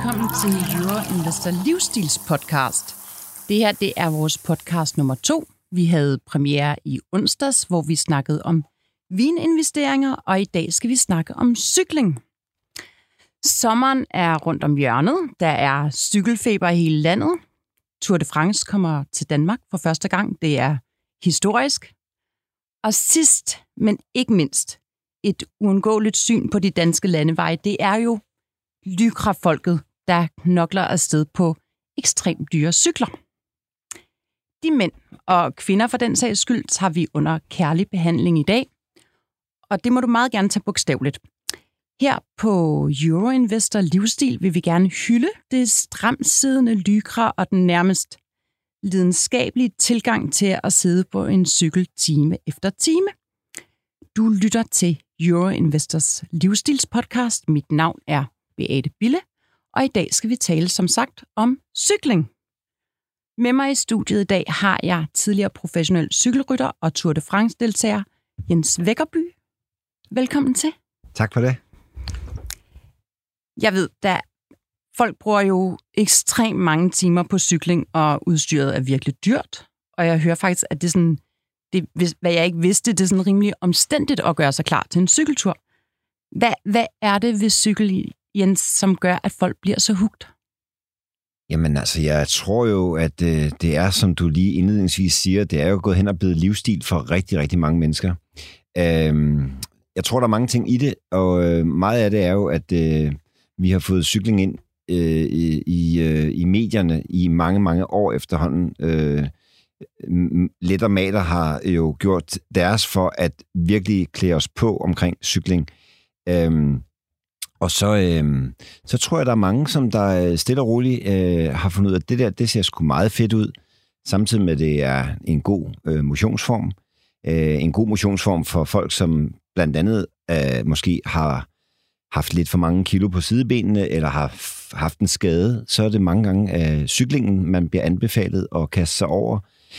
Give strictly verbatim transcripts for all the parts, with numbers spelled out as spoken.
velkommen til Euro Investor Livsstilspodcast. Det her, det er vores podcast nummer to. Vi havde premiere i onsdags, hvor vi snakkede om vininvesteringer, og i dag skal vi snakke om cykling. Sommeren er rundt om hjørnet. Der er cykelfeber i hele landet. Tour de France kommer til Danmark for første gang. Det er historisk. Og sidst, men ikke mindst, et uundgåeligt syn på de danske landeveje, det er jo Lycra-folket, der knokler afsted på ekstremt dyre cykler. De mænd og kvinder for den sags skyld tager vi under kærlig behandling i dag, og det må du meget gerne tage bogstaveligt. Her på Euro Investor Livsstil vil vi gerne hylde det stramtsiddende Lycra og den nærmest lidenskabelige tilgang til at sidde på en cykel time efter time. Du lytter til Euro Investors Livsstilspodcast. Mit navn er Beate Bille, og i dag skal vi tale som sagt om cykling. Med mig i studiet i dag har jeg tidligere professionel cykelrytter og Tour de France-deltager Jens Vækkerby. Velkommen til. Tak for det. Jeg ved, at folk bruger jo ekstremt mange timer på cykling, og udstyret er virkelig dyrt. Og jeg hører faktisk, at det er sådan, det, hvad jeg ikke vidste, det er sådan rimelig omstændigt at gøre sig klar til en cykeltur. Hvad, hvad er det ved cykel, Jens, som gør, at folk bliver så hugt? Jamen altså, jeg tror jo, at øh, det er, som du lige indledningsvis siger, det er jo gået hen og blevet livsstil for rigtig, rigtig mange mennesker. Øhm, jeg tror, der er mange ting i det, og øh, meget af det er jo, at øh, vi har fået cykling ind øh, i, øh, i medierne i mange, mange år efterhånden. Øh, Let og Maler har jo gjort deres for at virkelig klæde os på omkring cykling. Øhm, Og så, øh, så tror jeg, der er mange, som der stille og roligt øh, har fundet ud af, at det der, det ser sgu meget fedt ud, samtidig med, at det er en god øh, motionsform. Øh, en god motionsform for folk, som blandt andet øh, måske har haft lidt for mange kilo på sidebenene, eller har f- haft en skade. Så er det mange gange øh, cyklingen, man bliver anbefalet at kaste sig over.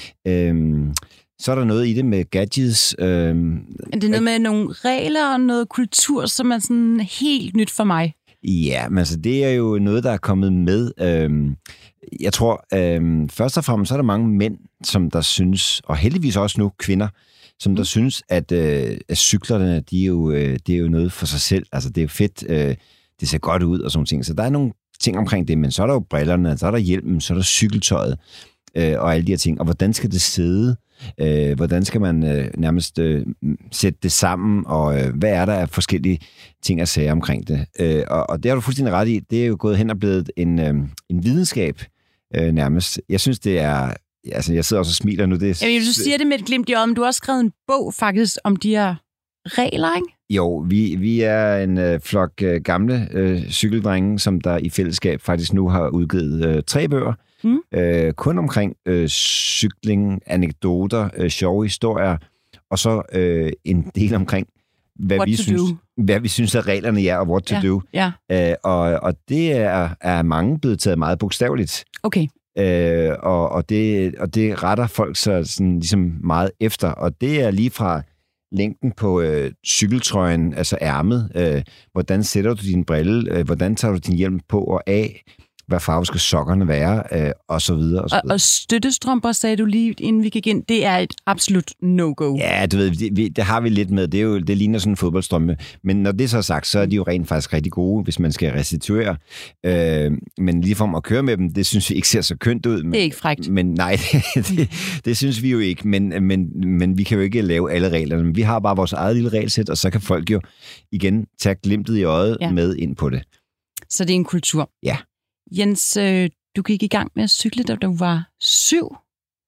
Øh, Så er der noget i det med gadgets. Øh, er det noget med nogle regler og noget kultur, som er sådan helt nyt for mig? Ja, men altså, det er jo noget, der er kommet med. Øh, jeg tror, øh, først og fremmest så er der mange mænd, som der synes, og heldigvis også nu kvinder, som der mm. synes, at, øh, at cyklerne, de er, jo, øh, det er jo noget for sig selv. Altså, det er jo fedt. Øh, det ser godt ud og sådan ting. Så der er nogle ting omkring det, men så er der jo brillerne, så er der hjelmen, så er der cykeltøjet øh, og alle de her ting. Og hvordan skal det sidde? Øh, hvordan skal man øh, nærmest øh, sætte det sammen, og øh, hvad er der af forskellige ting at sige omkring det? Øh, og, og det har du fuldstændig ret i. Det er jo gået hen og blevet en, øh, en videnskab øh, nærmest. Jeg synes, det er... Altså, jeg sidder også og smiler nu. Det er, Jamen, du siger det med et glimt i øjet, men du har også skrevet en bog faktisk om de her regler, ikke? Jo, vi, vi er en øh, flok øh, gamle øh, cykeldrenge, som der i fællesskab faktisk nu har udgivet øh, tre bøger. Mm. Øh, kun omkring øh, cykling, anekdoter, øh, sjove historier, og så øh, en del omkring, hvad vi, synes, hvad vi synes, at reglerne er, og what to ja, do. Ja. Øh, og, og det er, er mange blevet taget meget bogstaveligt. Okay. Øh, og, og, det, og det retter folk så sådan, ligesom meget efter, og det er lige fra længden på øh, cykeltrøjen, altså ærmet, øh, hvordan sætter du din brille, øh, hvordan tager du din hjelm på og af, hvad farve skal sokkerne være, øh, og så videre. Og, så videre. Og, og støttestrømper, sagde du lige, inden vi gik ind, det er et absolut no-go. Ja, du ved, det, vi, det har vi lidt med. Det, er jo, det ligner sådan en fodboldstrømpe. Men når det så er sagt, så er de jo rent faktisk rigtig gode, hvis man skal restituere. Øh, men ligefrem at køre med dem, det synes vi ikke ser så kønt ud. Men, det er ikke frækt. Men nej, det, det synes vi jo ikke. Men, men, men vi kan jo ikke lave alle reglerne. Vi har bare vores eget lille regelsæt, og så kan folk jo igen tage glimtet i øjet ja. med ind på det. Så det er en kultur. Ja. Jens, øh, du gik i gang med at cykle, da du var syv.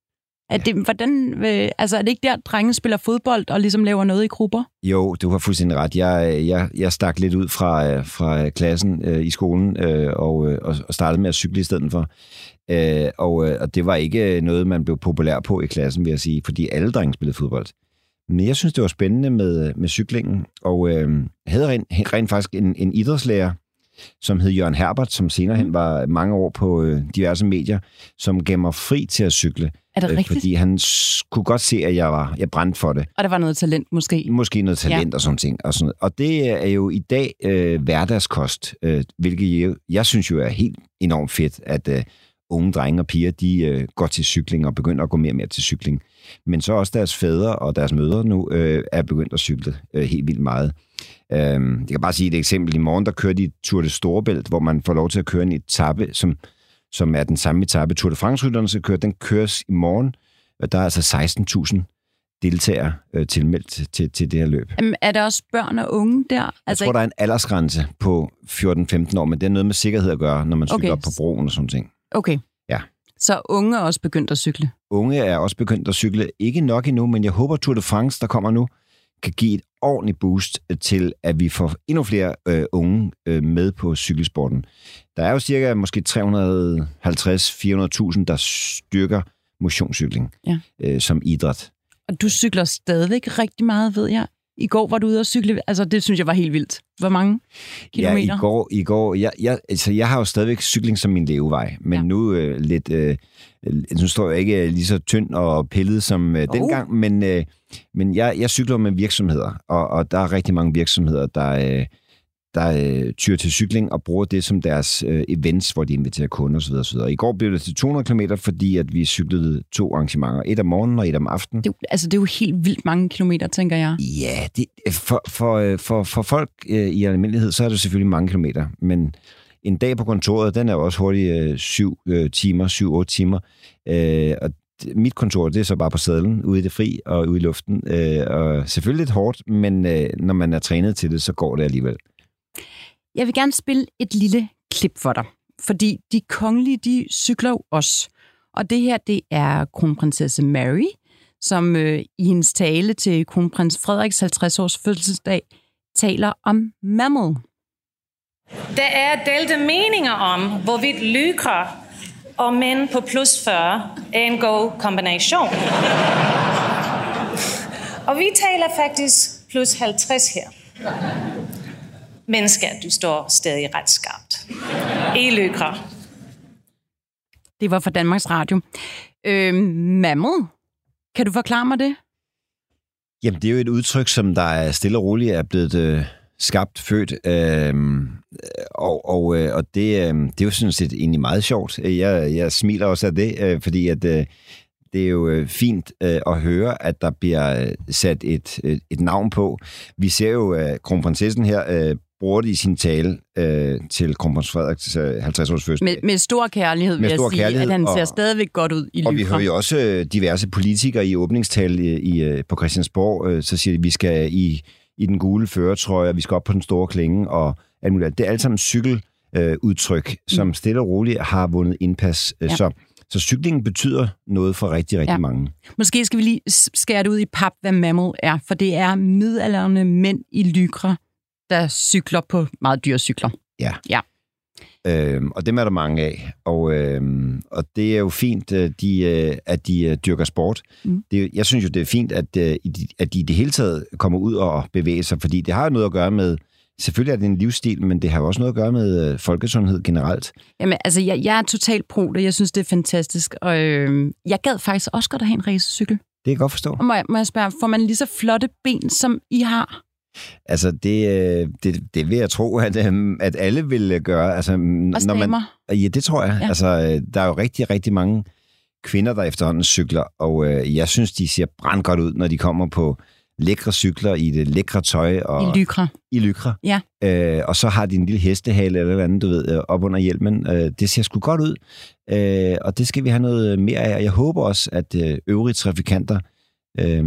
Er det, hvordan, øh, altså, er det ikke der, drenge spiller fodbold og ligesom laver noget i grupper? Jo, du har fuldstændig ret. Jeg, jeg, jeg stak lidt ud fra, fra klassen øh, i skolen øh, og, og startede med at cykle i stedet for. Øh, og, og det var ikke noget, man blev populær på i klassen, vil jeg sige, fordi alle drenge spillede fodbold. Men jeg synes, det var spændende med, med cyklingen, og øh, havde rent, rent faktisk en, en idrætslærer, som hed Jørgen Herbert, som senere hen var mange år på øh, diverse medier, som gav mig fri til at cykle. Er det øh, rigtigt? Fordi han s- kunne godt se, at jeg var jeg brændte for det. Og der var noget talent måske? Måske noget talent ja. og sådan ting. Og, sådan og det er jo i dag øh, hverdagskost, øh, hvilket jeg, jeg synes jo er helt enormt fedt, at øh, unge drenge og piger, de øh, går til cykling og begynder at gå mere og mere til cykling. Men så også deres fædre og deres mødre nu øh, er begyndt at cykle øh, helt vildt meget. Øh, jeg kan bare sige et eksempel. I morgen, der kører de Tour de Storebælt, hvor man får lov til at køre en etape, som, som er den samme etape. Tour de France-rytterne skal køre, den køres i morgen. Der er altså seksten tusind deltagere øh, tilmeldt til, til det her løb. Jamen, er der også børn og unge der? Altså, jeg tror, der er en aldersgrænse på fjorten femten år, men det er noget med sikkerhed at gøre, når man cykler okay. op på broen og sådan ting. Okay. Ja. Så unge er også begyndt at cykle? Unge er også begyndt at cykle. Ikke nok endnu, men jeg håber, Tour de France, der kommer nu, kan give et ordentligt boost til, at vi får endnu flere øh, unge øh, med på cykelsporten. Der er jo cirka måske tre hundrede og halvtreds til fire hundrede tusind, der styrker motionscykling ja. øh, som idræt. Og du cykler stadigvæk rigtig meget, ved jeg. I går var du ude at cykle. Altså, det synes jeg var helt vildt. Hvor mange kilometer? Ja, i går. I går jeg, jeg, altså, jeg har jo stadigvæk cykling som min levevej, men ja. nu øh, lidt... Øh, nu står jeg ikke lige så tynd og pillet som øh, oh. dengang, men, øh, men jeg, jeg cykler med virksomheder, og, og der er rigtig mange virksomheder, der... Øh, der øh, tyrer til cykling og bruger det som deres øh, events, hvor de inviterer kunder osv. osv. I går blev det til to hundrede kilometer, fordi at vi cyklede to arrangementer. Et om morgenen og et om aftenen. Det, altså, det er jo helt vildt mange kilometer, tænker jeg. Ja, det, for, for, for, for folk øh, i almindelighed, så er det selvfølgelig mange kilometer. Men en dag på kontoret, den er jo også hurtigt øh, syv øh, timer, syv, otte timer. Øh, og mit kontor, det er så bare på sadlen, ude i det fri og ude i luften. Øh, og selvfølgelig lidt hårdt, men øh, når man er trænet til det, så går det alligevel. Jeg vil gerne spille et lille klip for dig, fordi de kongelige, de cykler jo også. Og det her, det er kronprinsesse Mary, som øh, i hendes tale til kronprins Frederiks halvtreds års fødselsdag taler om Mammal. Der er delte meninger om, hvorvidt lycra og mænd på plus fyrre er en god kombination. Og vi taler faktisk plus halvtreds her. Men skat, du står stadig ret skarpt. I lycra. Det var fra Danmarks Radio. Øh, Mammal, kan du forklare mig det? Jamen, det er jo et udtryk, som der er stille og roligt er blevet øh, skabt, født. Øh, og og, øh, og det, øh, det er jo sådan set egentlig meget sjovt. Jeg, jeg smiler også af det, øh, fordi at, øh, det er jo øh, fint øh, at høre, at der bliver øh, sat et, et, et navn på. Vi ser jo, at øh, kronprinsessen her... Øh, bruger det i sin tale øh, til kronprins Frederiks øh, halvtreds års fødselsdag. Med, med stor kærlighed, med vil stor jeg sige, kærlighed, at han og, ser stadigvæk godt ud i lycra. Og vi hører jo også diverse politikere i åbningstale i, i, på Christiansborg, øh, så siger de, at vi skal i, i den gule førertrøje, og vi skal op på den store klinge, og alt muligt. Det er alt sammen cykeludtryk, øh, som mm. stille og roligt har vundet indpas. Ja. Så, så cyklingen betyder noget for rigtig, rigtig ja. mange. Måske skal vi lige skære det ud i pap, hvad Mammal er, for det er midaldrende mænd i lycra, der cykler på meget dyre cykler. Ja. ja. Øhm, og dem er der mange af. Og, øhm, og det er jo fint, de, at de dyrker sport. Mm. Det, jeg synes jo, det er fint, at, at de i det hele taget kommer ud og bevæger sig, fordi det har jo noget at gøre med, selvfølgelig er det en livsstil, men det har jo også noget at gøre med folkesundhed generelt. Jamen, altså, jeg, jeg er totalt pro det. Jeg synes, det er fantastisk. Og øh, jeg gad faktisk også godt at have en racercykel. Det kan jeg godt forstå. Og må jeg, må jeg spørge, får man lige så flotte ben, som I har? Altså, det, det, det vil jeg tro, at, at alle vil gøre. Altså, når man, ja, det tror jeg. Ja. Altså, der er jo rigtig, rigtig mange kvinder, der efterhånden cykler, og øh, jeg synes, de ser brandgodt ud, når de kommer på lækre cykler i det lækre tøj. Og, I lycra. I lycra. Ja. Øh, og så har de en lille hestehale eller andet, du ved, op under hjelmen. Øh, det ser sgu godt ud, øh, og det skal vi have noget mere af. Jeg håber også, at øh, øvrige trafikanter øh,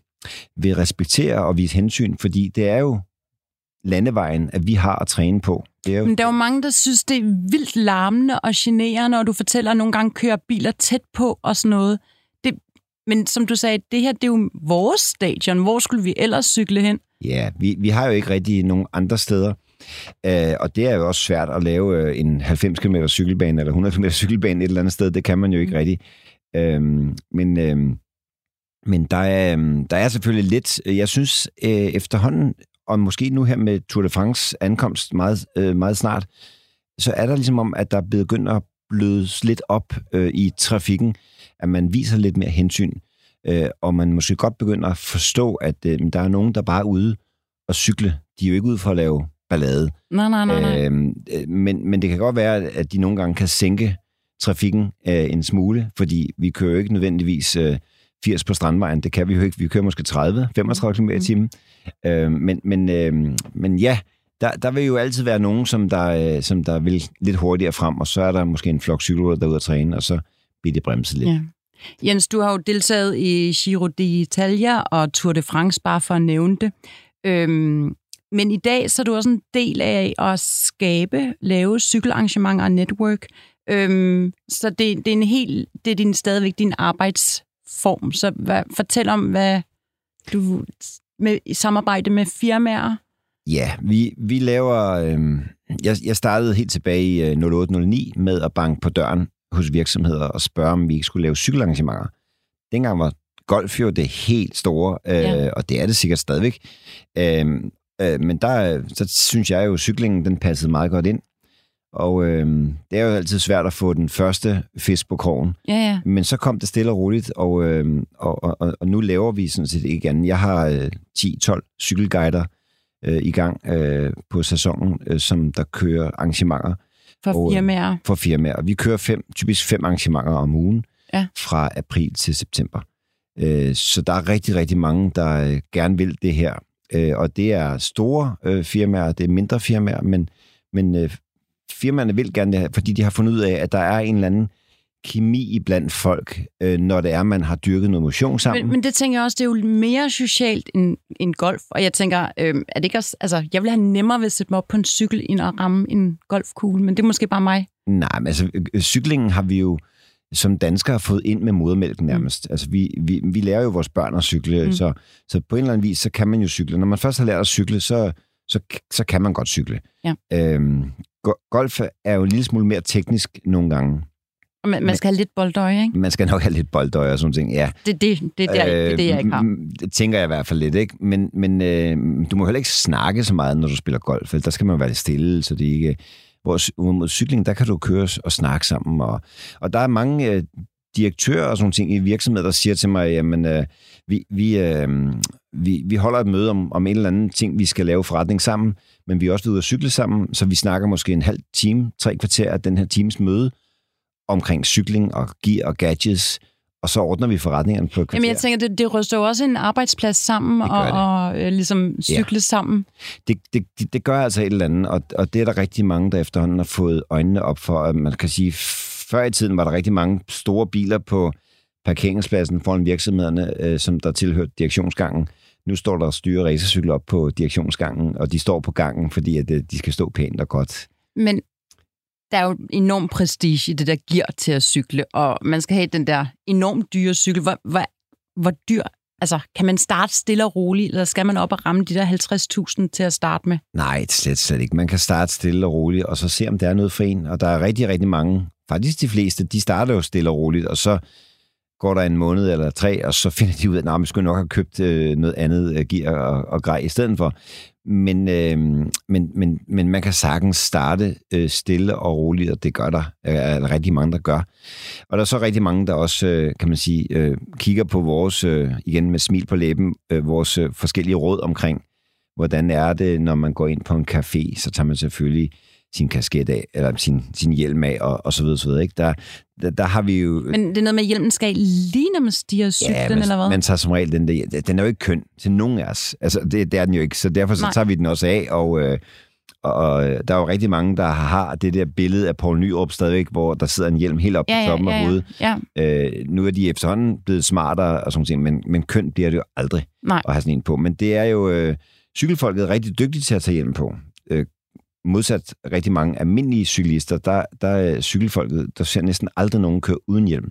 vil respektere og vise hensyn, fordi det er jo landevejen, at vi har at træne på. Det er jo... Men der er jo mange, der synes, det er vildt larmende og generende, og du fortæller, at nogle gange kører biler tæt på og sådan noget. Det... Men som du sagde, det her, det er jo vores stadion. Hvor skulle vi ellers cykle hen? Ja, vi, vi har jo ikke rigtig nogen andre steder. Uh, og det er jo også svært at lave uh, en halvfems kilometer cykelbane eller hundrede kilometer cykelbane et eller andet sted. Det kan man jo ikke mm. rigtig. Uh, men... Uh, Men der er, der er selvfølgelig lidt, jeg synes øh, efterhånden og måske nu her med Tour de France ankomst meget, øh, meget snart, så er der ligesom om, at der er begyndt at blødes lidt op øh, i trafikken, at man viser lidt mere hensyn, øh, og man måske godt begynder at forstå, at øh, der er nogen, der bare er ude og cykle. De er jo ikke ude for at lave ballade. Nej, nej, nej. nej. Øh, men, men det kan godt være, at de nogle gange kan sænke trafikken øh, en smule, fordi vi kører jo ikke nødvendigvis øh, firs på Strandvejen. Det kan vi jo ikke. Vi kører måske tredive, femogtredive kilometer i timen. Øh, men, men, øh, men ja, der, der vil jo altid være nogen, som der, øh, som der vil lidt hurtigere frem, og så er der måske en flok cykelrytter derude at træne, og så bliver det bremset lidt. Ja. Jens, du har jo deltaget i Giro d'Italia og Tour de France, bare for at nævne det. Øhm, men i dag så er du også en del af at skabe, lave cykelarrangementer og network. Øhm, så det, det er en helt, det er din, stadigvæk din arbejdsform. Så hvad, fortæl om, hvad du med i samarbejde med firmaer. Ja, vi, vi laver... Øh, jeg, jeg startede helt tilbage i øh, nul otte nul ni med at banke på døren hos virksomheder og spørge, om vi ikke skulle lave cykelarrangementer. Dengang var golf jo det helt store, øh, ja. Og det er det sikkert stadigvæk. Øh, øh, men der så synes jeg jo, at cyklingen den passede meget godt ind. Og øh, det er jo altid svært at få den første fisk på krogen. Ja, ja. Men så kom det stille og roligt, og, øh, og, og, og nu laver vi sådan set ikke andet. Jeg har øh, ti tolv cykelguider øh, i gang øh, på sæsonen, øh, som der kører arrangementer. For og, firmaer? For firmaer. Vi kører fem, typisk fem arrangementer om ugen, ja. Fra april til september. Øh, så der er rigtig, rigtig mange, der øh, gerne vil det her. Øh, og det er store øh, firmaer, det er mindre firmaer, men, men øh, firmaerne vil gerne det her, fordi de har fundet ud af, at der er en eller anden kemi iblandt folk, øh, når det er, man har dyrket noget motion sammen. Men, men det tænker jeg også, det er jo mere socialt end, end golf. Og jeg tænker, øh, er det ikke også, altså, jeg vil have nemmere ved at sætte mig op på en cykel, end at ramme en golfkugle, men det er måske bare mig. Nej, men altså, cyklingen har vi jo som danskere fået ind med modermælken nærmest. Mm. Altså, vi, vi, vi lærer jo vores børn at cykle, mm. så, så på en eller anden vis, så kan man jo cykle. Når man først har lært at cykle, så, så, så kan man godt cykle. Ja. Øhm, golf er jo en lille smule mere teknisk nogle gange. Og man, man skal have lidt boldøje, ikke? Man skal nok have lidt boldøje og sådan ting, ja. Det, det, det, der, øh, det er det, jeg ikke har. Det tænker jeg i hvert fald lidt, ikke? Men, men øh, du må heller ikke snakke så meget, når du spiller golf. Der skal man være lidt stille, så det ikke... Hvor mod cykling, der kan du køre og snakke sammen. Og, og der er mange øh, direktører og sådan ting i virksomheder, der siger til mig, jamen, øh, vi, vi, øh, vi, vi holder et møde om, om en eller anden ting, vi skal lave forretning sammen, men vi er også ude at cykle sammen, så vi snakker måske en halv time, tre kvarter af den her times møde omkring cykling og gear og gadgets, og så ordner vi forretningerne på et kvarter. Jamen jeg tænker, det, det ryster jo også en arbejdsplads sammen og, og øh, ligesom cykle ja. sammen. Det, det, det, det gør altså et eller andet, og, og det er der rigtig mange, der efterhånden har fået øjnene op for. At man kan sige, før i tiden var der rigtig mange store biler på parkeringspladsen foran virksomhederne, øh, som der tilhørte direktionsgangen. Nu står der styre racercykler op på direktionsgangen, og de står på gangen, fordi at, de skal stå pænt og godt. Men der er jo enorm prestige i det der gear til at cykle, og man skal have den der enormt dyre cykel. Hvor, hvor, hvor dyr, altså kan man starte stille og roligt, eller skal man op og ramme de der halvtreds tusind til at starte med? Nej, slet, slet ikke. Man kan starte stille og roligt, og så se, om der er noget for en. Og der er rigtig, rigtig mange, faktisk de fleste, de starter jo stille og roligt, og så går der en måned eller tre, og så finder de ud af, at man skulle nok have købt øh, noget andet øh, gear og, og grej i stedet for. Men, øh, men, men, men man kan sagtens starte øh, stille og roligt, og det gør der. Er der rigtig mange, der gør. Og der er så rigtig mange, der også, øh, kan man sige, øh, kigger på vores, øh, igen med smil på læben, øh, vores øh, forskellige råd omkring, hvordan er det, når man går ind på en café, så tager man selvfølgelig sin kasket af, eller sin, sin hjelm af, og, og så videre, så videre, ikke? Der, der, der har vi jo... Men det er noget med, at hjelmen skal lige, når man stiger cyklen, ja, man, eller hvad? man tager som regel den der... Den er jo ikke køn til nogen af os. Altså, det, det er den jo ikke, så derfor så tager vi den også af, og, øh, og der er jo rigtig mange, der har det der billede af Poul Nyrup stadigvæk, hvor der sidder en hjelm helt op ja, på toppen ja, ja, af hovedet. Ja. Øh, nu er de efterhånden blevet smartere og sådan noget, men, men køn bliver det jo aldrig Nej. at have sådan en på. Men det er jo... Øh, cykelfolket er rigtig dygtige til at tage hjelm på. Øh, modsat rigtig mange almindelige cyklister, der, der er cykelfolket, der ser næsten aldrig nogen køre uden hjelm.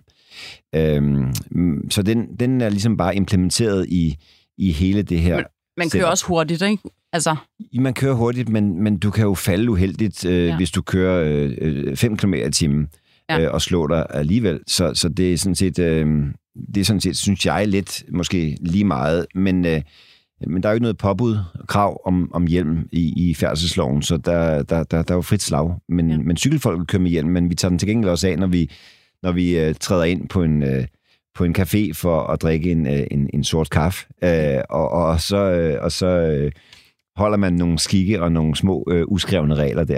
Øhm, så den, den er ligesom bare implementeret i, i hele det her. Men man kører også hurtigt, ikke? Altså. Man kører hurtigt, men, men du kan jo falde uheldigt, øh, ja. hvis du kører øh, fem kilometer i timen ja. øh, og slår dig alligevel. Så, så det er sådan set, øh, det er sådan set, synes jeg, lidt måske lige meget, men øh, Men der er jo ikke noget påbud krav om, om hjelm i, i færdselsloven, så der, der, der, der er jo frit slag. Men, ja. men cykelfolk kører med hjelm, men vi tager den til gengæld også af, når vi, når vi uh, træder ind på en, uh, på en café for at drikke en, uh, en, en sort kaffe. Uh, og, og så, uh, og så uh, holder man nogle skikke og nogle små uh, uskrevne regler der.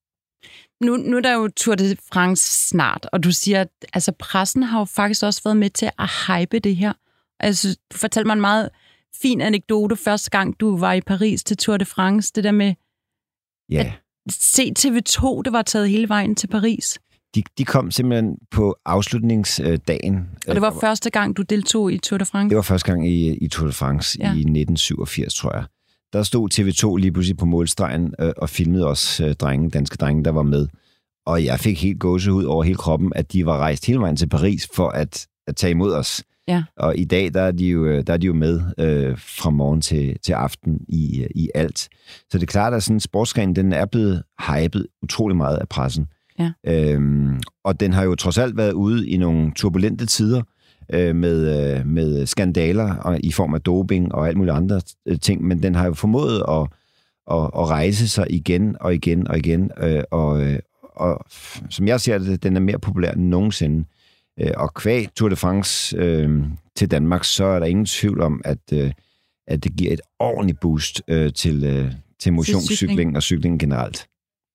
Nu, nu er der jo Tour de France snart, og du siger, at altså, pressen har jo faktisk også været med til at hype det her. Altså, du fortalte mig en meget fin anekdote første gang, du var i Paris til Tour de France. Det der med ja. at se T V to, det var taget hele vejen til Paris. De, de kom simpelthen på afslutningsdagen. Og det var første gang, du deltog i Tour de France? Det var første gang i, i Tour de France ja. i nitten syvogfirs, tror jeg. Der stod T V to lige pludselig på målstregen øh, og filmede også øh, drenge, danske drenge, der var med. Og jeg fik helt gåsehud over hele kroppen, at de var rejst hele vejen til Paris for at, at tage imod os. Ja. Og i dag, der er de jo, der er de jo med øh, fra morgen til, til aften i, i alt. Så det er klart, at sådan en sportsgren, den er blevet hypet utrolig meget af pressen. Ja. Øhm, og den har jo trods alt været ude i nogle turbulente tider øh, med, øh, med skandaler og, i form af doping og alt muligt andre ting, men den har jo formået at, at, at rejse sig igen og igen og igen. Øh, og, og som jeg ser det, den er mere populær end nogensinde. Og kvæg Tour de France øh, til Danmark, så er der ingen tvivl om, at, øh, at det giver et ordentligt boost øh, til, øh, til motionscykling og cykling generelt.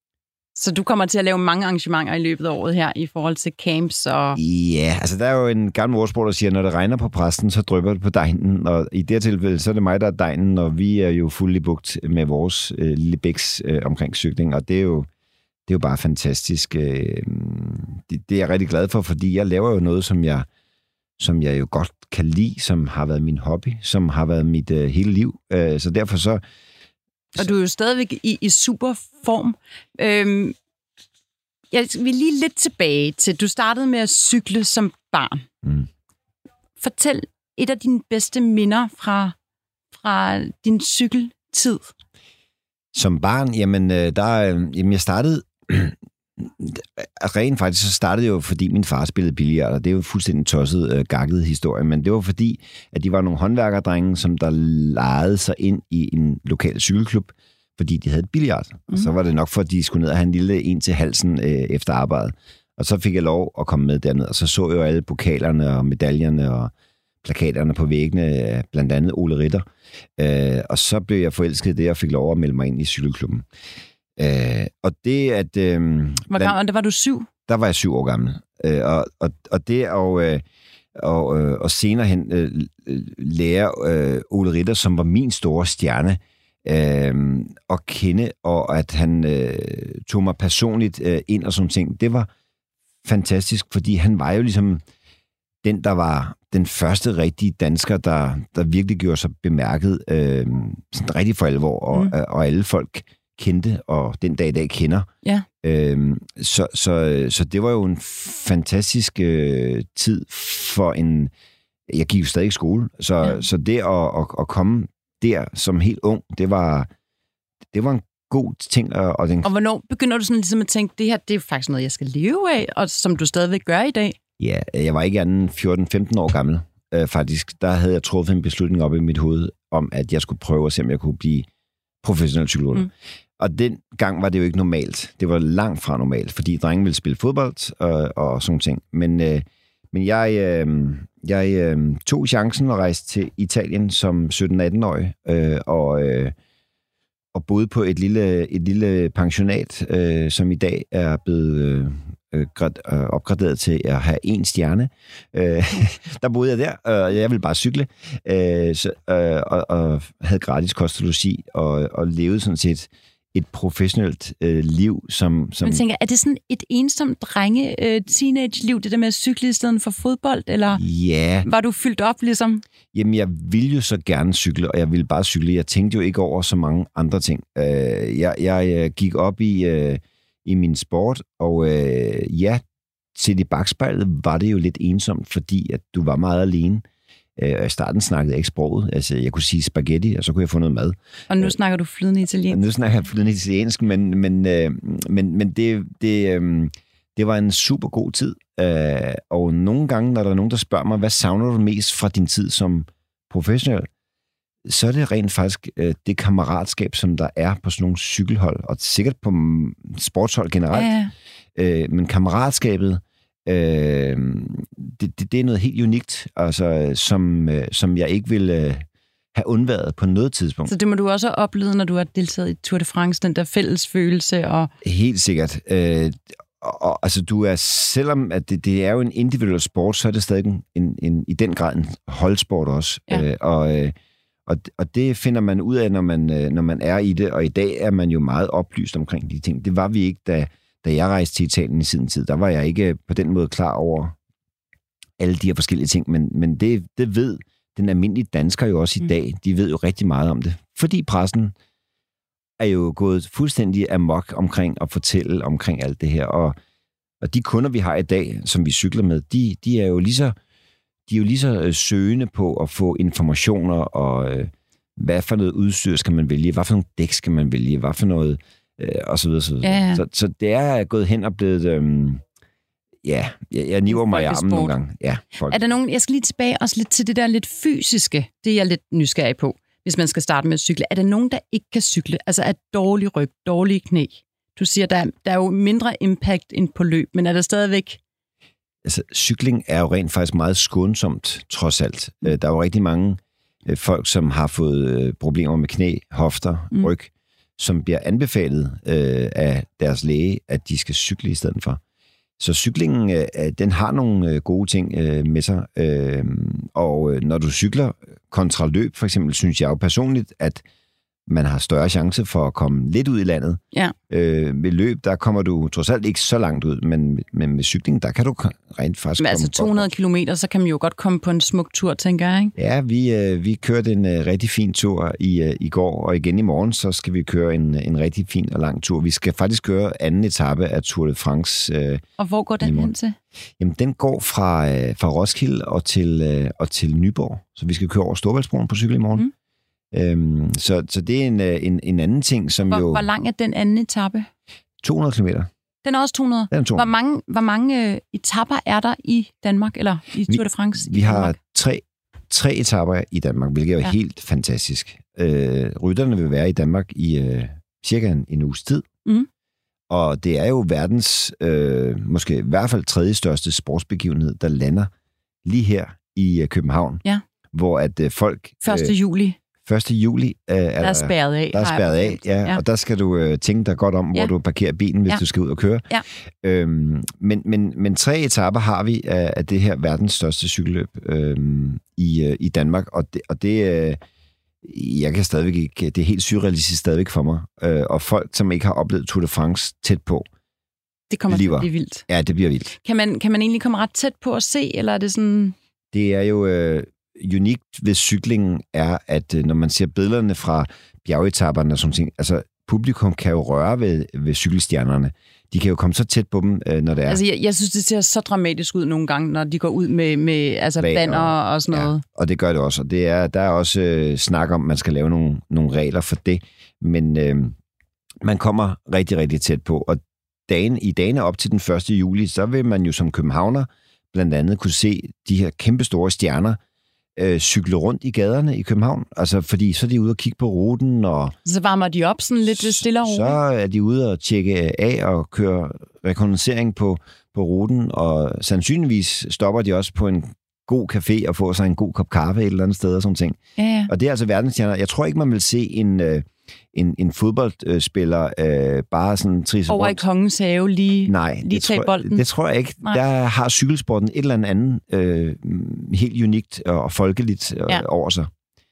Så du kommer til at lave mange arrangementer i løbet af året her, i forhold til camps og... Ja, altså der er jo en gammel ordsprog, der siger, når det regner på præsten, så drypper det på degnen. Og i det tilfælde, så er det mig, der er degnen, og vi er jo fuldt bugt med vores øh, lille bæks øh, omkring cykling, og det er jo Det er jo bare fantastisk. Det, det er jeg rigtig glad for, fordi jeg laver jo noget, som jeg, som jeg jo godt kan lide, som har været min hobby, som har været mit uh, hele liv. Uh, så derfor så... Og du er jo stadigvæk i, i super form. Øhm, jeg vil lige lidt tilbage til, du startede med at cykle som barn. Mm. Fortæl et af dine bedste minder fra, fra din cykeltid. Som barn, jamen, der, jamen jeg startede... Rent faktisk så startede jo, fordi min far spillede billard, og det er jo fuldstændig tosset, øh, gakket historie, men det var fordi, at de var nogle håndværkerdrenge, som der lejede sig ind i en lokal cykelklub, fordi de havde et billard. Mm. Og så var det nok for, at de skulle ned og have en lille en til halsen øh, efter arbejdet. Og så fik jeg lov at komme med derned, og så så jeg jo alle pokalerne og medaljerne og plakaterne på væggene, blandt andet Ole Ritter. Øh, og så blev jeg forelsket i det, og fik lov at melde mig ind i cykelklubben. Øh, og det at... Øh, Hvor gammel, der var du syv? Der var jeg syv år gammel. Øh, og, og, og det og, øh, og, øh, og senere hen øh, lære øh, Ole Ritter, som var min store stjerne, øh, at kende, og at han øh, tog mig personligt øh, ind og sådan ting. Det var fantastisk, fordi han var jo ligesom den, der var den første rigtige dansker, der, der virkelig gjorde sig bemærket øh, sådan rigtig for alvor, og, mm. og alle folk kendte, og den dag i dag kender. Ja. Øhm, så, så, så det var jo en fantastisk øh, tid for en... Jeg gik jo stadig i skole, så, ja. så det at, at, at komme der som helt ung, det var, det var en god ting. Og, og, den... og hvornår begynder du sådan ligesom at tænke, det her, det er faktisk noget, jeg skal leve af, og som du stadigvæk gør i dag? Ja, jeg var ikke anden fjorten femten år gammel, øh, faktisk. Der havde jeg truffet en beslutning op i mit hoved, om at jeg skulle prøve at se, om jeg kunne blive professionel cykelrytter. Mm. Og den gang var det jo ikke normalt. Det var langt fra normalt, fordi drengen ville spille fodbold og, og sådan ting. Men, øh, men jeg, øh, jeg øh, tog chancen og rejste til Italien som sytten atten-årig, øh, og, øh, og boede på et lille, et lille pensionat, øh, som i dag er blevet øh, grad, øh, opgraderet til at have en stjerne. Øh, der boede jeg der, og jeg ville bare cykle, øh, så, øh, og, og havde gratis kost og logi, og, og levede sådan set et professionelt øh, liv, som... som... Men tænker, er det sådan et ensomt drenge øh, teenage-liv, det der med at cykle i stedet for fodbold, eller ja. Var du fyldt op, ligesom? Jamen, jeg ville jo så gerne cykle, og jeg ville bare cykle. Jeg tænkte jo ikke over så mange andre ting. Øh, jeg, jeg gik op i, øh, i min sport, og øh, ja, til i bagspejlet var det jo lidt ensomt, fordi at du var meget alene. Og i starten snakkede jeg ikke sproget. Altså, jeg kunne sige spaghetti, og så kunne jeg få noget mad. Og nu snakker du flydende italiensk? Og nu snakker jeg flydende italiensk, men, men, øh, men, men det, det, øh, det var en super god tid. Øh, og nogle gange, når der er nogen, der spørger mig, hvad savner du mest fra din tid som professionel, så er det rent faktisk øh, det kammeratskab, som der er på sådan nogle cykelhold, og sikkert på sportshold generelt. Ja. Øh, men kammeratskabet, øh, det, det, det er noget helt unikt, altså, som, øh, som jeg ikke vil øh, have undværet på noget tidspunkt. Så det må du også have oplevet, når du har deltaget i Tour de France, den der fælles følelse? Og... Helt sikkert. Øh, og, og, altså, du er, selvom at det, det er jo en individuel sport, så er det stadig en, en, en, i den grad en holdsport også. Ja. Øh, og, øh, og, og det finder man ud af, når man, øh, når man er i det, og i dag er man jo meget oplyst omkring de ting. Det var vi ikke, da, da jeg rejste til Italien i sin tid. Der var jeg ikke på den måde klar over alle de her forskellige ting, men, men det, det ved den almindelige dansker jo også i dag. De ved jo rigtig meget om det, fordi pressen er jo gået fuldstændig amok omkring at fortælle omkring alt det her. Og, og de kunder, vi har i dag, som vi cykler med, de, de er jo lige så, de er jo lige så øh, søgende på at få informationer, og øh, hvad for noget udstyr skal man vælge, hvad for nogle dæk skal man vælge, hvad for noget, øh, og så videre, så videre. Ja, ja. Så, så det er gået hen og blevet, øh, ja, jeg, jeg niver mig i armen nogle gange. Ja, folk. Er der nogen, jeg skal lige tilbage også lidt til det der lidt fysiske, det er jeg lidt nysgerrig på, hvis man skal starte med at cykle. Er der nogen, der ikke kan cykle? Altså er dårlig ryg, dårlige knæ? Du siger, der, der er jo mindre impact end på løb, men er der stadigvæk... Altså, cykling er jo rent faktisk meget skånsomt, trods alt. Mm. Der er jo rigtig mange øh, folk, som har fået øh, problemer med knæ, hofter, mm. ryg, som bliver anbefalet øh, af deres læge, at de skal cykle i stedet for. Så cyklingen, øh, den har nogle øh, gode ting øh, med sig. Øh, og øh, når du cykler kontra løb, for eksempel, synes jeg jo personligt, at man har større chance for at komme lidt ud i landet. Ja. Øh, med løb, der kommer du trods alt ikke så langt ud, men, men med cykling, der kan du rent faktisk men komme altså to hundrede kilometer, så kan man jo godt komme på en smuk tur, tænker jeg, ikke? Ja, vi, øh, vi kørte en øh, rigtig fin tur i, øh, i går, og igen i morgen, så skal vi køre en, en rigtig fin og lang tur. Vi skal faktisk køre anden etape af Tour de France. Øh, og hvor går den hen til? Jamen, den går fra, øh, fra Roskilde og til, øh, og til Nyborg, så vi skal køre over Storebæltsbroen på cykel i morgen. Mm. Øhm, så, så det er en, en, en anden ting, som hvor, jo... Hvor lang er den anden etape? to hundrede kilometer. Den er også to hundrede? Den er to hundrede. Hvor mange, hvor mange øh, etapper er der i Danmark, eller i Tour de France? Vi, vi har tre, tre etapper i Danmark, hvilket er ja. helt fantastisk. Øh, rytterne vil være i Danmark i øh, cirka en, en uges tid. Mm. Og det er jo verdens, øh, måske i hvert fald tredje største sportsbegivenhed, der lander lige her i øh, København. Ja. Hvor at øh, folk... første juli. første juli øh, er der, der er spærret af. Der er spærret af, ja, ja. Og der skal du øh, tænke dig godt om, hvor ja. du parkerer bilen, hvis ja. du skal ud og køre. Ja. Øhm, men, men, men tre etaper har vi af, af det her verdens største cykelløb øhm, i, øh, i Danmark, og det, og det øh, jeg kan stadigvæk ikke, det er helt surrealistisk stadigvæk for mig. Øh, og folk, som ikke har oplevet Tour de France tæt på, det kommer til at blive vildt. Ja, det bliver vildt. Kan man, kan man egentlig komme ret tæt på at se, eller er det sådan... Det er jo... Øh, unikt ved cyklingen er, at når man ser billederne fra bjergetapperne og sådan ting, altså publikum kan jo røre ved, ved cykelstjernerne. De kan jo komme så tæt på dem, når det er. Altså, jeg, jeg synes, det ser så dramatisk ud nogle gange, når de går ud med, med altså, banner og, og sådan noget. Ja, og det gør det også. Og det er, der er også øh, snak om, at man skal lave nogle, nogle regler for det. Men øh, man kommer rigtig, rigtig tæt på. Og dagen, i dagene op til den første juli, så vil man jo som københavner blandt andet kunne se de her kæmpestore stjerner, Øh, cykle rundt i gaderne i København. Altså, fordi så er de ude og kigge på ruten, og... Så varmer de op sådan lidt stille og roligt? Så er de ude og tjekke af og køre rekognoscering på, på ruten, og sandsynligvis stopper de også på en god café og får sig en god kop kaffe et eller andet sted og sådan ting. Ja, ja. Og det er altså verdensstjerner. Jeg tror ikke, man vil se en... Øh, En, en fodboldspiller øh, bare sådan trisse over rundt. i Kongens Have lige, Nej, lige tage bolden? Det tror jeg ikke. Nej. Der har cykelsporten et eller andet øh, helt unikt og folkeligt øh, ja. over sig.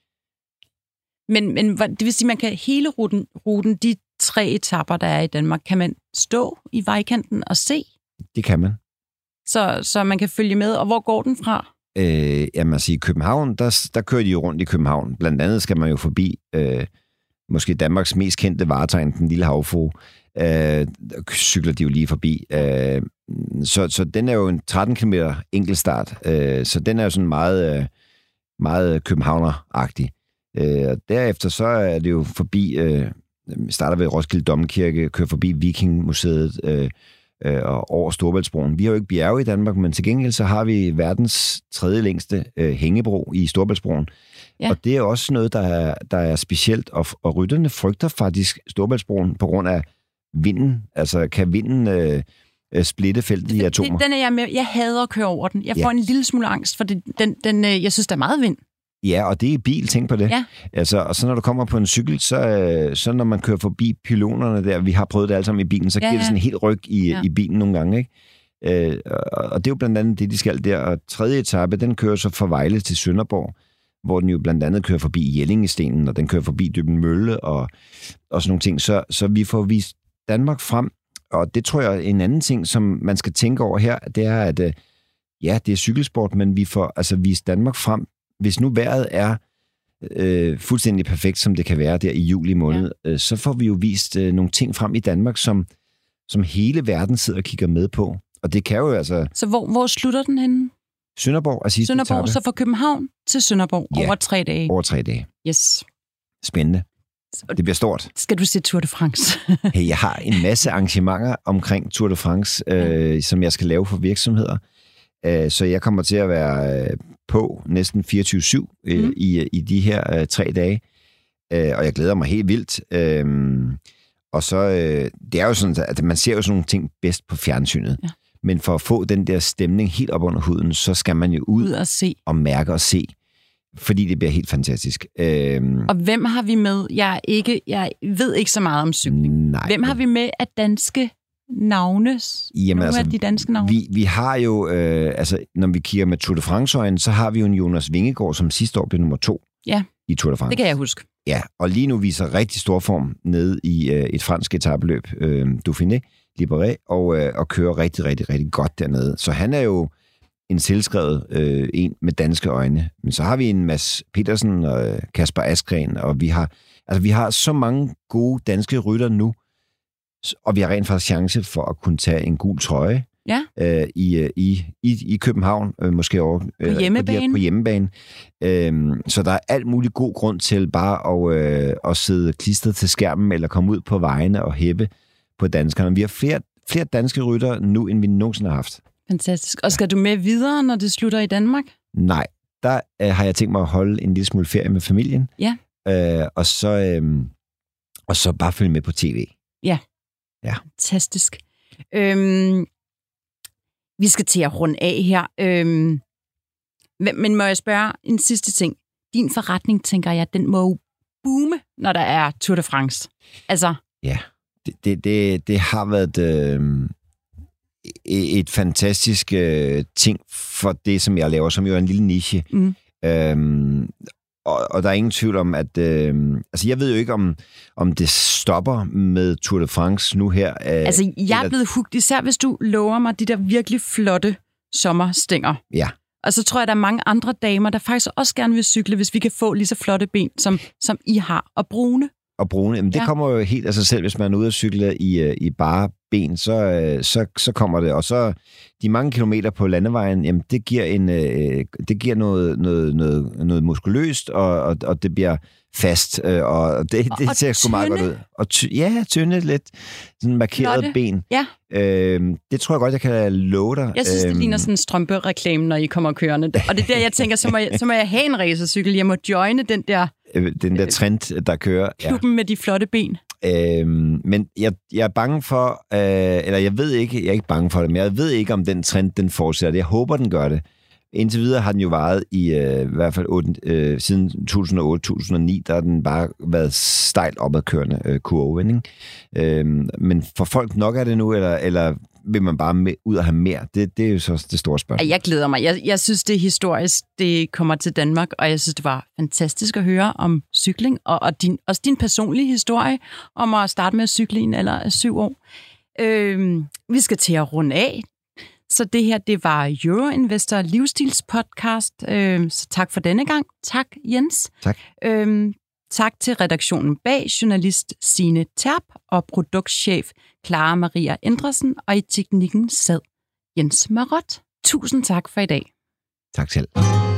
Men, men det vil sige, man kan hele ruten, ruten, de tre etapper, der er i Danmark, kan man stå i vejkanten og se? Det kan man. Så, så man kan følge med, og hvor går den fra? Øh, jamen altså i København, der, der kører de jo rundt i København. Blandt andet skal man jo forbi... Øh, måske Danmarks mest kendte varetegn, den lille havfrue, øh, cykler de jo lige forbi. Øh, så, så den er jo en tretten kilometer enkeltstart, øh, så den er jo sådan meget, øh, meget københavner-agtig. Øh, og derefter så er det jo forbi, øh, starter ved Roskilde Domkirke, kører forbi Vikingmuseet, øh, øh, over Storebæltsbroen. Vi har jo ikke bjerge i Danmark, men til gengæld så har vi verdens tredje længste øh, hængebro i Storebæltsbroen. Ja. Og det er også noget, der er, der er specielt, og, og rytterne frygter faktisk Storebæltsbroen på grund af vinden. Altså, kan vinden øh, splitte feltet i atomer? Den er jeg med. Jeg hader at køre over den. Jeg får ja. en lille smule angst, for det, den, den, øh, jeg synes, der er meget vind. Ja, og det er bil, tænk på det. Ja. Altså, og så når du kommer på en cykel, så, så når man kører forbi pylonerne der, vi har prøvet det alle sammen i bilen, så giver ja, ja. det sådan en helt ryg i, ja. i bilen nogle gange, ikke? Øh, og det er jo blandt andet det, de skal der. Og tredje etape, den kører så fra Vejle til Sønderborg, hvor den jo blandt andet kører forbi Jellingestenen, og den kører forbi Dyben Mølle og, og sådan nogle ting. Så, så vi får vist Danmark frem, og det tror jeg en anden ting, som man skal tænke over her, det er, at ja, det er cykelsport, men vi får altså vist Danmark frem. Hvis nu vejret er øh, fuldstændig perfekt, som det kan være der i juli måned, ja. øh, så får vi jo vist øh, nogle ting frem i Danmark, som, som hele verden sidder og kigger med på. Og det kan jo altså... Så hvor, hvor slutter den henne? Sønderborg er sidste Sønderborg, etape. Så fra København til Sønderborg ja, over tre dage. over tre dage. Yes. Spændende. Det bliver stort. Skal du se Tour de France? Hey, jeg har en masse arrangementer omkring Tour de France, øh, ja. som jeg skal lave for virksomheder. Øh, så jeg kommer til at være øh, på næsten fireogtyve syv øh, mm. i, i de her øh, tre dage. Øh, og jeg glæder mig helt vildt. Øh, og så, øh, det er jo sådan, at man ser jo sådan nogle ting bedst på fjernsynet. Ja. Men for at få den der stemning helt op under huden, så skal man jo ud, ud og, se. og mærke og se. Fordi det bliver helt fantastisk. Øhm, og hvem har vi med? Jeg, er ikke, jeg ved ikke så meget om cykling. Nej, hvem har vi med af danske navne? Jamen, Nogle altså, af de danske navne? Vi, vi har jo, øh, altså når vi kigger med Tour de France-øjne, så har vi jo en Jonas Vingegaard, som sidste år blev nummer to ja, i Tour de France. Det kan jeg huske. Ja, og lige nu viser rigtig stor form nede i øh, et fransk etapeløb, øh, Dauphiné, Libéré, og, øh, og kører rigtig, rigtig, rigtig godt dernede. Så han er jo en tilskrevet øh, en med danske øjne. Men så har vi en Mads Petersen og Kasper Askren, og vi har, altså, vi har så mange gode danske rytter nu, og vi har rent faktisk chance for at kunne tage en gul trøje ja. øh, i, i, i, i København, øh, måske over, på hjemmebane. På, på hjemmebane. Øh, så der er alt muligt god grund til bare at, øh, at sidde klistret til skærmen, eller komme ud på vejene og hæppe på danskerne. Vi har flere, flere danske rytter nu, end vi nogensinde har haft. Fantastisk. Og skal du med videre, når det slutter i Danmark? Nej, der øh, har jeg tænkt mig at holde en lille smule ferie med familien. Ja. Øh, og, så, øh, og så bare følge med på tv. Ja. Ja. Fantastisk. Øhm, vi skal til at runde af her. Øhm, men må jeg spørge en sidste ting? Din forretning, tænker jeg, den må jo boome, når der er Tour de France. Altså... Ja, det, det, det, det har været... Øh, et fantastisk øh, ting for det, som jeg laver, som jo er en lille niche. Mm. Øhm, og, og der er ingen tvivl om, at... Øh, altså, jeg ved jo ikke, om, om det stopper med Tour de France nu her. Øh, altså, jeg er eller... blevet hugt, især hvis du lover mig de der virkelig flotte sommerstænger. Ja. Og så tror jeg, der er mange andre damer, der faktisk også gerne vil cykle, hvis vi kan få lige så flotte ben, som, som I har. Og brune. Og brune, jamen det ja. kommer jo helt af sig selv, hvis man er ude at cykle i, i bare ben, så, så, så kommer det. Og så de mange kilometer på landevejen, jamen det giver, en, det giver noget, noget, noget, noget muskuløst, og, og, og det bliver fast, og det, og, det ser sgu meget godt ud. Og ty, ja, tynde, lidt sådan markeret Lotte. ben. Ja. Øhm, det tror jeg godt, jeg kan love dig. Jeg synes, det øhm, ligner sådan en strømpereklame, når I kommer kørende. Og det er der, jeg tænker, så må jeg, så må jeg have en racercykel. Jeg må joine den der... Den der trend, der kører. Klubben ja. med de flotte ben. Øhm, men jeg, jeg er bange for, øh, eller jeg ved ikke, jeg er ikke bange for det, men jeg ved ikke, om den trend, den fortsætter. Jeg håber, den gør det. Indtil videre har den jo varet i, øh, i hvert fald otte, øh, siden to tusind og otte til to tusind og ni, der har den bare været stejlt opadkørende øh, kurve. Ikke? Øhm, men for folk nok er det nu, eller, eller vil man bare med, ud og have mere? Det, det er jo så det store spørgsmål. Jeg glæder mig. Jeg, jeg synes, det er historisk, det kommer til Danmark, og jeg synes, det var fantastisk at høre om cykling, og, og din, også din personlige historie om at starte med at cykle i en alder af syv år. Øhm, vi skal til at runde af. Så det her, det var Euroinvestor livsstilspodcast. Øhm, så tak for denne gang. Tak, Jens. Tak. Øhm, tak til redaktionen bag, journalist Signe Terp og produktchef Clara Maria Endresen, og i teknikken sad Jens Marot. Tusind tak for i dag. Tak selv.